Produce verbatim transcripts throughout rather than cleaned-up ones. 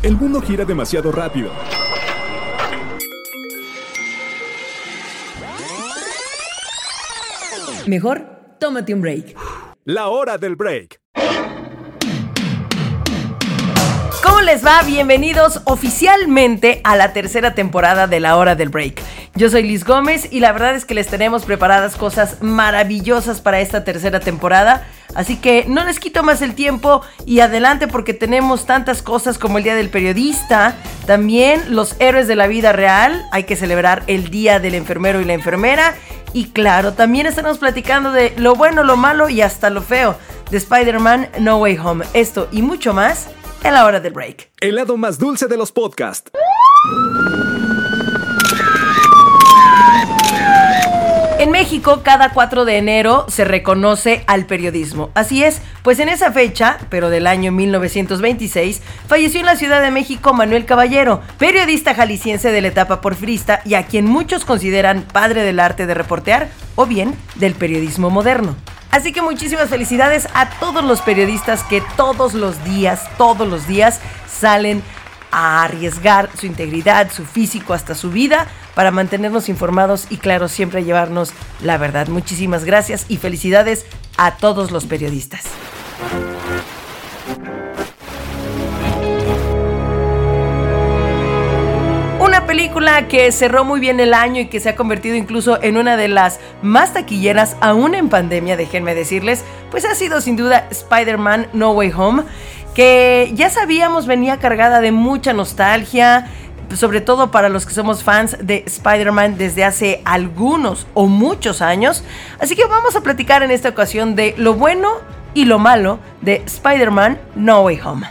El mundo gira demasiado rápido. Mejor, tómate un break. La hora del break. ¿Cómo les va? Bienvenidos oficialmente a la tercera temporada de La Hora del Break. Yo soy Liz Gómez y la verdad es que les tenemos preparadas cosas maravillosas para esta tercera temporada. Así que no les quito más el tiempo y adelante porque tenemos tantas cosas como el Día del Periodista, también los héroes de la vida real, hay que celebrar el Día del Enfermero y la Enfermera y claro, también estamos platicando de lo bueno, lo malo y hasta lo feo de Spider-Man No Way Home. Esto y mucho más en La Hora del Break. El lado más dulce de los podcasts. En México, cada cuatro de enero se reconoce al periodismo. Así es, pues en esa fecha, pero del año mil novecientos veintiséis, falleció en la Ciudad de México Manuel Caballero, periodista jalisciense de la etapa porfirista y a quien muchos consideran padre del arte de reportear o bien del periodismo moderno. Así que muchísimas felicidades a todos los periodistas que todos los días, todos los días salen a arriesgar su integridad, su físico, hasta su vida para mantenernos informados y claro, siempre llevarnos la verdad. Muchísimas gracias y felicidades a todos los periodistas. Una película que cerró muy bien el año y que se ha convertido incluso en una de las más taquilleras aún en pandemia, déjenme decirles, pues ha sido sin duda Spider-Man No Way Home, que ya sabíamos venía cargada de mucha nostalgia, sobre todo para los que somos fans de Spider-Man desde hace algunos o muchos años. Así que vamos a platicar en esta ocasión de lo bueno y lo malo de Spider-Man No Way Home.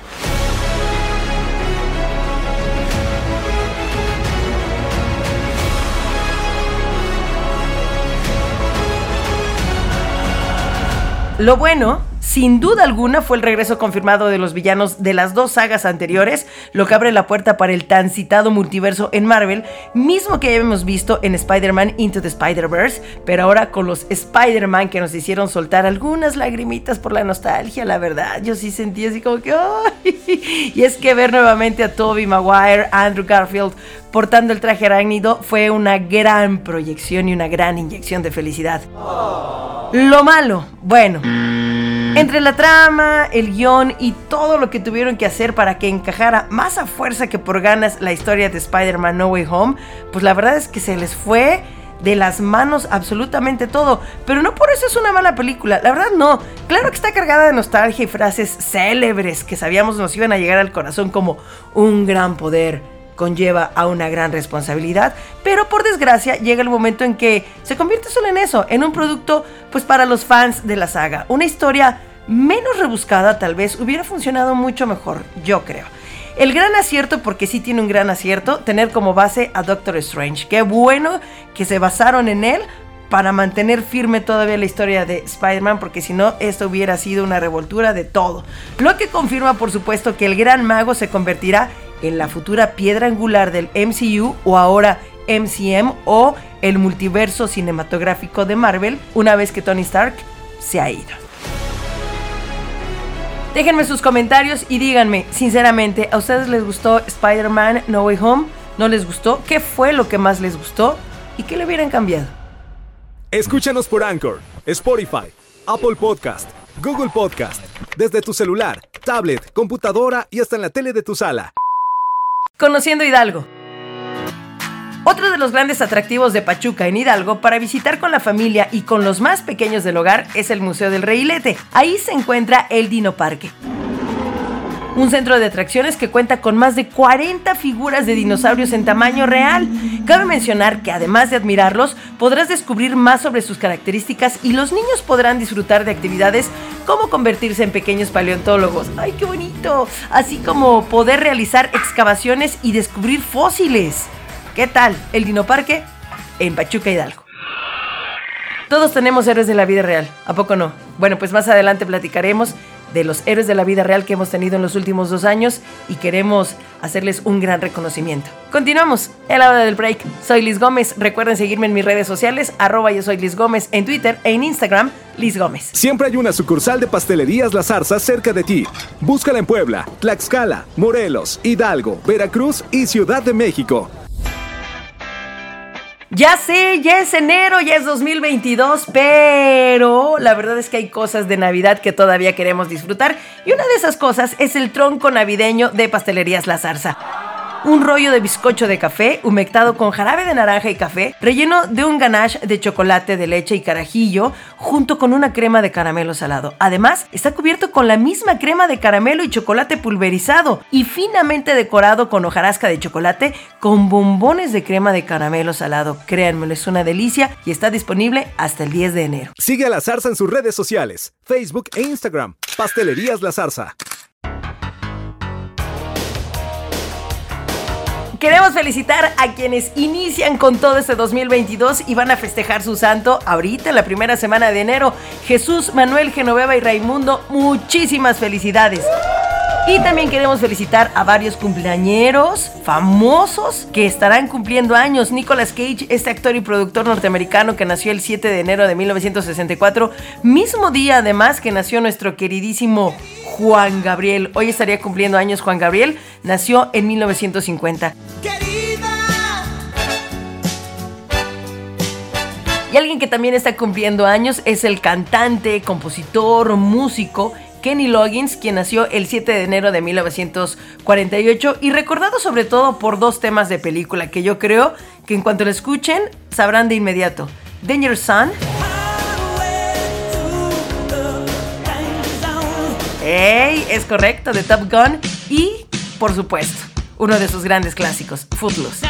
Lo bueno, sin duda alguna, fue el regreso confirmado de los villanos de las dos sagas anteriores, lo que abre la puerta para el tan citado multiverso en Marvel, mismo que ya hemos visto en Spider-Man Into the Spider-Verse, pero ahora con los Spider-Man que nos hicieron soltar algunas lagrimitas por la nostalgia, la verdad, yo sí sentí así como que ¡ay! Y es que ver nuevamente a Tobey Maguire, Andrew Garfield, portando el traje arácnido fue una gran proyección y una gran inyección de felicidad. Lo malo, bueno, entre la trama, el guión y todo lo que tuvieron que hacer para que encajara más a fuerza que por ganas la historia de Spider-Man No Way Home, pues la verdad es que se les fue de las manos absolutamente todo, pero no por eso es una mala película, la verdad no. Claro que está cargada de nostalgia y frases célebres que sabíamos nos iban a llegar al corazón, como un gran poder conlleva a una gran responsabilidad, pero por desgracia llega el momento en que se convierte solo en eso, en un producto pues para los fans de la saga. Una historia menos rebuscada tal vez hubiera funcionado mucho mejor, yo creo. El gran acierto, porque sí tiene un gran acierto, tener como base a Doctor Strange. Qué bueno que se basaron en él para mantener firme todavía la historia de Spider-Man, porque si no, esto hubiera sido una revoltura de todo. Lo que confirma, por supuesto, que el gran mago se convertirá en la futura piedra angular del M C U o ahora M C M o el multiverso cinematográfico de Marvel, una vez que Tony Stark se ha ido. Déjenme sus comentarios y díganme, sinceramente, ¿a ustedes les gustó Spider-Man No Way Home? ¿No les gustó? ¿Qué fue lo que más les gustó? ¿Y qué le hubieran cambiado? Escúchanos por Anchor, Spotify, Apple Podcast, Google Podcast, desde tu celular, tablet, computadora y hasta en la tele de tu sala. Conociendo Hidalgo. Otro de los grandes atractivos de Pachuca en Hidalgo para visitar con la familia y con los más pequeños del hogar es el Museo del Reilete. Ahí se encuentra el Dino Parque, un centro de atracciones que cuenta con más de cuarenta figuras de dinosaurios en tamaño real. Cabe mencionar que además de admirarlos, podrás descubrir más sobre sus características y los niños podrán disfrutar de actividades como convertirse en pequeños paleontólogos. ¡Ay, qué bonito! Así como poder realizar excavaciones y descubrir fósiles. ¿Qué tal? El Dino Parque en Pachuca, Hidalgo. Todos tenemos héroes de la vida real, ¿a poco no? Bueno, pues más adelante platicaremos de los héroes de la vida real que hemos tenido en los últimos dos años y queremos hacerles un gran reconocimiento. Continuamos en la hora del break. Soy Liz Gómez. Recuerden seguirme en mis redes sociales, arroba yo soy Liz Gómez en Twitter e en Instagram, Liz Gómez. Siempre hay una sucursal de Pastelerías La Zarza cerca de ti. Búscala en Puebla, Tlaxcala, Morelos, Hidalgo, Veracruz y Ciudad de México. Ya sé, ya es enero, ya es dos mil veintidós, pero la verdad es que hay cosas de Navidad que todavía queremos disfrutar y una de esas cosas es el tronco navideño de Pastelerías La Zarza. Un rollo de bizcocho de café humectado con jarabe de naranja y café, relleno de un ganache de chocolate de leche y carajillo, junto con una crema de caramelo salado. Además, está cubierto con la misma crema de caramelo y chocolate pulverizado y finamente decorado con hojarasca de chocolate con bombones de crema de caramelo salado. Créanmelo, es una delicia y está disponible hasta el diez de enero. Sigue a La Zarza en sus redes sociales, Facebook e Instagram. Pastelerías La Zarza. Queremos felicitar a quienes inician con todo este dos mil veintidós y van a festejar su santo ahorita en la primera semana de enero. Jesús, Manuel, Genoveva y Raimundo, muchísimas felicidades. Y también queremos felicitar a varios cumpleañeros famosos que estarán cumpliendo años. Nicolas Cage, este actor y productor norteamericano que nació el siete de enero de mil novecientos sesenta y cuatro, mismo día además que nació nuestro queridísimo Juan Gabriel. Hoy estaría cumpliendo años Juan Gabriel, nació en mil novecientos cincuenta. Y alguien que también está cumpliendo años es el cantante, compositor, músico Kenny Loggins, quien nació el siete de enero de mil novecientos cuarenta y ocho y recordado sobre todo por dos temas de película que yo creo que en cuanto lo escuchen sabrán de inmediato. Danger Son. ¡Ey! Es correcto, de Top Gun. Y, por supuesto, uno de sus grandes clásicos, Footloose.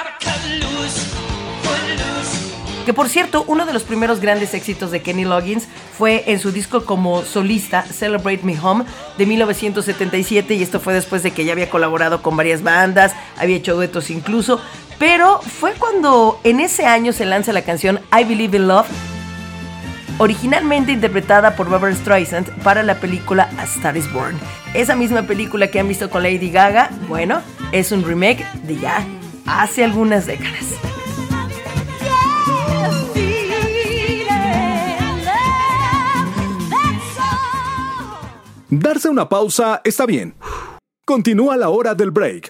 Que por cierto, uno de los primeros grandes éxitos de Kenny Loggins fue en su disco como solista, Celebrate Me Home, de mil novecientos setenta y siete, y esto fue después de que ya había colaborado con varias bandas, había hecho duetos incluso, pero fue cuando en ese año se lanza la canción I Believe in Love, originalmente interpretada por Barbra Streisand para la película A Star is Born. Esa misma película que han visto con Lady Gaga, bueno, es un remake de ya hace algunas décadas. Darse una pausa está bien. Continúa la hora del break.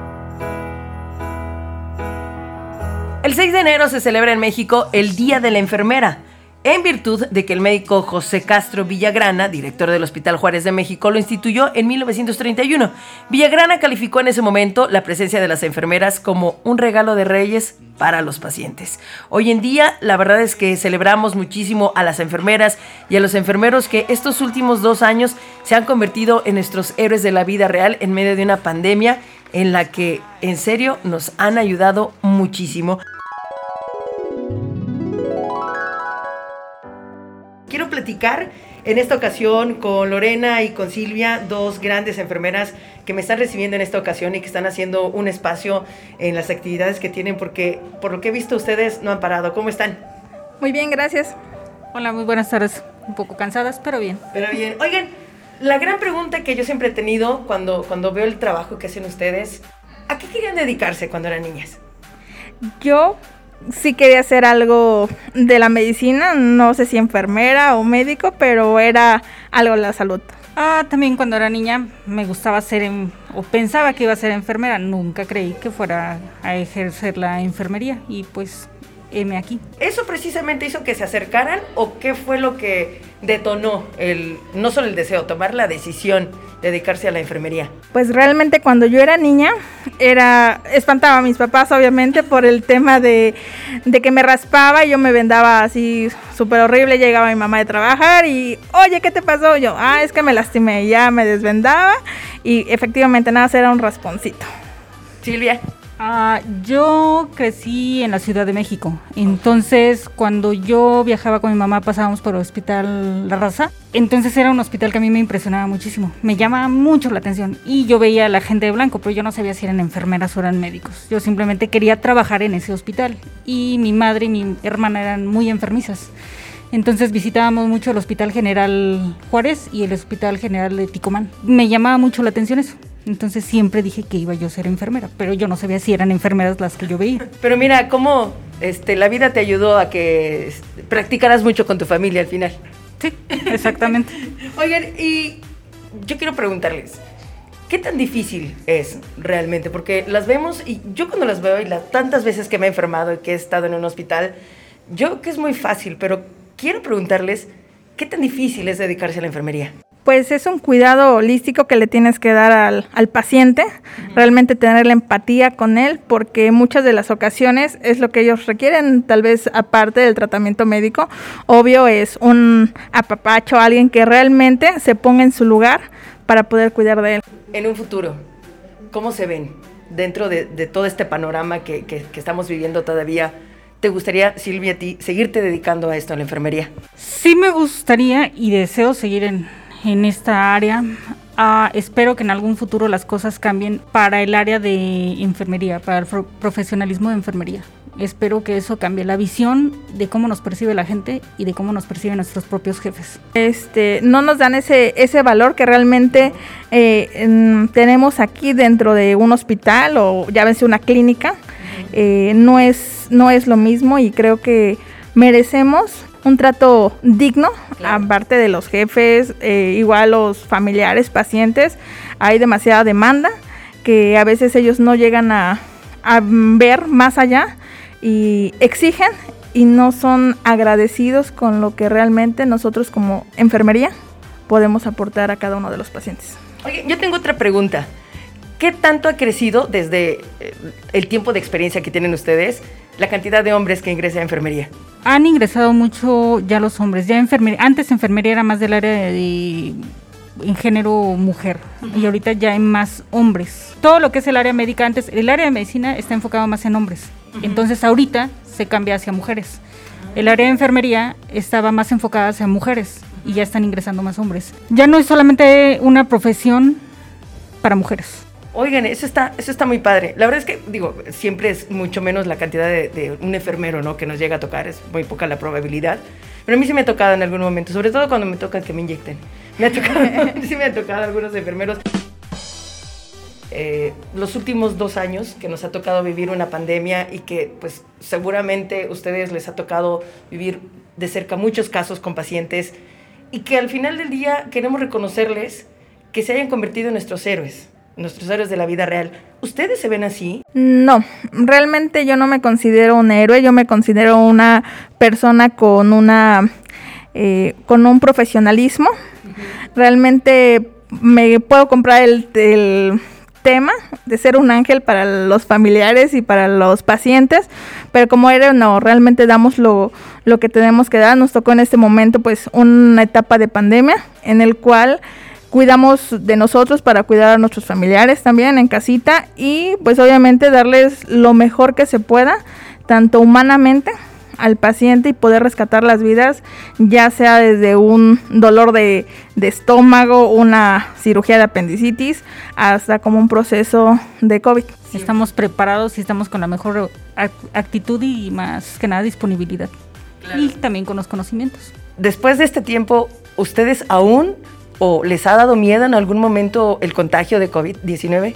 El seis de enero se celebra en México el Día de la Enfermera, en virtud de que el médico José Castro Villagrana, director del Hospital Juárez de México, lo instituyó en mil novecientos treinta y uno. Villagrana calificó en ese momento la presencia de las enfermeras como un regalo de reyes para los pacientes. Hoy en día, la verdad es que celebramos muchísimo a las enfermeras y a los enfermeros que estos últimos dos años se han convertido en nuestros héroes de la vida real en medio de una pandemia en la que, en serio, nos han ayudado muchísimo. Quiero platicar en esta ocasión con Lorena y con Silvia, dos grandes enfermeras que me están recibiendo en esta ocasión y que están haciendo un espacio en las actividades que tienen, porque por lo que he visto ustedes no han parado. ¿Cómo están? Muy bien, gracias. Hola, muy buenas tardes. Un poco cansadas, pero bien. Pero bien. Oigan, la gran pregunta que yo siempre he tenido cuando, cuando veo el trabajo que hacen ustedes, ¿a qué querían dedicarse cuando eran niñas? Yo sí quería hacer algo de la medicina, no sé si enfermera o médico, pero era algo de la salud. Ah, también cuando era niña me gustaba ser, en, o pensaba que iba a ser enfermera. Nunca creí que fuera a ejercer la enfermería y pues heme aquí. ¿Eso precisamente hizo que se acercaran o qué fue lo que detonó el, no solo el deseo, tomar la decisión de dedicarse a la enfermería? Pues realmente cuando yo era niña, era espantaba a mis papás obviamente por el tema de, de que me raspaba y yo me vendaba así súper horrible. Llegaba mi mamá de trabajar y, oye, ¿qué te pasó? Yo, ah, es que me lastimé, y ya me desvendaba y efectivamente nada, era un rasponcito. Silvia. Ah, yo crecí en la Ciudad de México, entonces cuando yo viajaba con mi mamá pasábamos por el Hospital La Raza, entonces era un hospital que a mí me impresionaba muchísimo, me llamaba mucho la atención y yo veía a la gente de blanco, pero yo no sabía si eran enfermeras o eran médicos, yo simplemente quería trabajar en ese hospital y mi madre y mi hermana eran muy enfermizas, Entonces visitábamos mucho el Hospital General Juárez y el Hospital General de Ticomán. Me llamaba mucho la atención eso. Entonces siempre dije que iba yo a ser enfermera, pero yo no sabía si eran enfermeras las que yo veía. Pero mira, cómo este, la vida te ayudó a que este, practicaras mucho con tu familia al final. Sí, exactamente. Oigan, y yo quiero preguntarles, ¿qué tan difícil es realmente? Porque las vemos, y yo cuando las veo, y las tantas veces que me he enfermado y que he estado en un hospital, yo creo que es muy fácil, pero quiero preguntarles, ¿qué tan difícil es dedicarse a la enfermería? Pues es un cuidado holístico que le tienes que dar al, al paciente, uh-huh. Realmente tener la empatía con él, porque muchas de las ocasiones es lo que ellos requieren, tal vez aparte del tratamiento médico. Obvio es un apapacho, alguien que realmente se ponga en su lugar para poder cuidar de él. En un futuro, ¿cómo se ven dentro de, de todo este panorama que, que, que estamos viviendo todavía? ¿Te gustaría, Silvia, a ti, seguirte dedicando a esto, a la enfermería? Sí me gustaría y deseo seguir en, en esta área. Uh, espero que en algún futuro las cosas cambien para el área de enfermería, para el pro- profesionalismo de enfermería. Espero que eso cambie la visión de cómo nos percibe la gente y de cómo nos perciben nuestros propios jefes. Este, no nos dan ese, ese valor que realmente eh, en, tenemos aquí dentro de un hospital o llámese una clínica. Eh, no es, no es lo mismo y creo que merecemos un trato digno, claro. Aparte de los jefes, eh, igual los familiares, pacientes. Hay demasiada demanda que a veces ellos no llegan a, a ver más allá y exigen y no son agradecidos con lo que realmente nosotros como enfermería podemos aportar a cada uno de los pacientes. Oye, yo tengo otra pregunta. ¿Qué tanto ha crecido desde el tiempo de experiencia que tienen ustedes la cantidad de hombres que ingresan a enfermería? Han ingresado mucho ya los hombres. Ya enfermería, antes enfermería era más del área de, de en género mujer, uh-huh. Y ahorita ya hay más hombres. Todo lo que es el área médica antes, el área de medicina está enfocado más en hombres. Uh-huh. Entonces ahorita se cambia hacia mujeres. El área de enfermería estaba más enfocada hacia mujeres y ya están ingresando más hombres. Ya no es solamente una profesión para mujeres. Oigan, eso está, eso está muy padre. La verdad es que, digo, siempre es mucho menos la cantidad de, de un enfermero, ¿no?, que nos llega a tocar, es muy poca la probabilidad. Pero a mí sí me ha tocado en algún momento, sobre todo cuando me tocan que me inyecten. Me ha tocado, sí me ha tocado algunos enfermeros. Eh, los últimos dos años que nos ha tocado vivir una pandemia y que, pues, seguramente a ustedes les ha tocado vivir de cerca muchos casos con pacientes y que al final del día queremos reconocerles que se hayan convertido en nuestros héroes. Nuestros héroes de la vida real. ¿Ustedes se ven así? No, realmente yo no me considero un héroe, yo me considero una persona con una eh, con un profesionalismo. Uh-huh. Realmente me puedo comprar el, el tema de ser un ángel para los familiares y para los pacientes, pero como héroe no, realmente damos lo, lo que tenemos que dar. Nos tocó en este momento pues una etapa de pandemia en el cual cuidamos de nosotros para cuidar a nuestros familiares también en casita y pues obviamente darles lo mejor que se pueda, tanto humanamente al paciente y poder rescatar las vidas, ya sea desde un dolor de, de estómago, una cirugía de apendicitis, hasta como un proceso de COVID. Estamos preparados y estamos con la mejor actitud y más que nada disponibilidad. Claro. Y también con los conocimientos. Después de este tiempo, ¿ustedes aún o les ha dado miedo en algún momento el contagio de COVID diecinueve?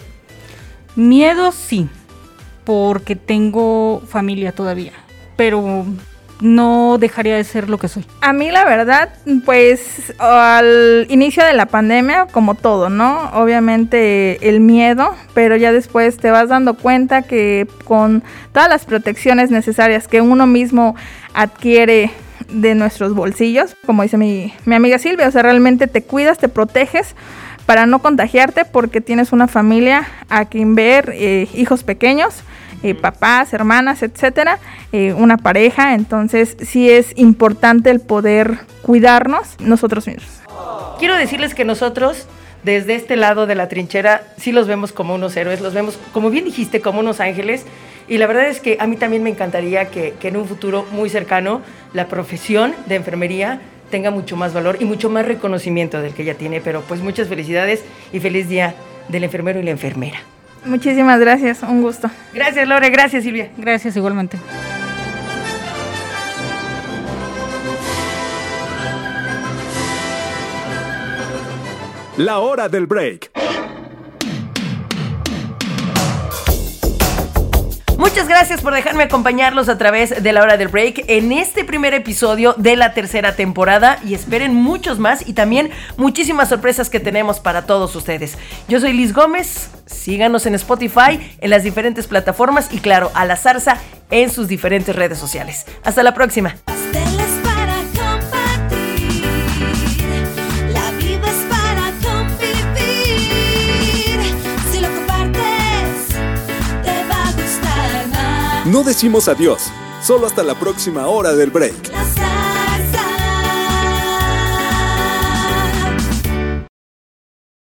Miedo sí, porque tengo familia todavía, pero no dejaría de ser lo que soy. A mí la verdad, pues al inicio de la pandemia, como todo, ¿no? Obviamente el miedo, pero ya después te vas dando cuenta que con todas las protecciones necesarias que uno mismo adquiere de nuestros bolsillos, como dice mi, mi amiga Silvia, o sea, realmente te cuidas, te proteges para no contagiarte porque tienes una familia a quien ver, eh, hijos pequeños, eh, papás, hermanas, etcétera, eh, una pareja, entonces sí es importante el poder cuidarnos nosotros mismos. Quiero decirles que nosotros, desde este lado de la trinchera, sí los vemos como unos héroes, los vemos, como bien dijiste, como unos ángeles. Y la verdad es que a mí también me encantaría que, que en un futuro muy cercano la profesión de enfermería tenga mucho más valor y mucho más reconocimiento del que ya tiene. Pero pues muchas felicidades y feliz día del enfermero y la enfermera. Muchísimas gracias, un gusto. Gracias, Lore, gracias, Silvia. Gracias igualmente. La hora del break. Muchas gracias por dejarme acompañarlos a través de la hora del break en este primer episodio de la tercera temporada y esperen muchos más y también muchísimas sorpresas que tenemos para todos ustedes. Yo soy Liz Gómez, síganos en Spotify, en las diferentes plataformas y claro, a la Zarza en sus diferentes redes sociales. Hasta la próxima. No decimos adiós, solo hasta la próxima hora del break.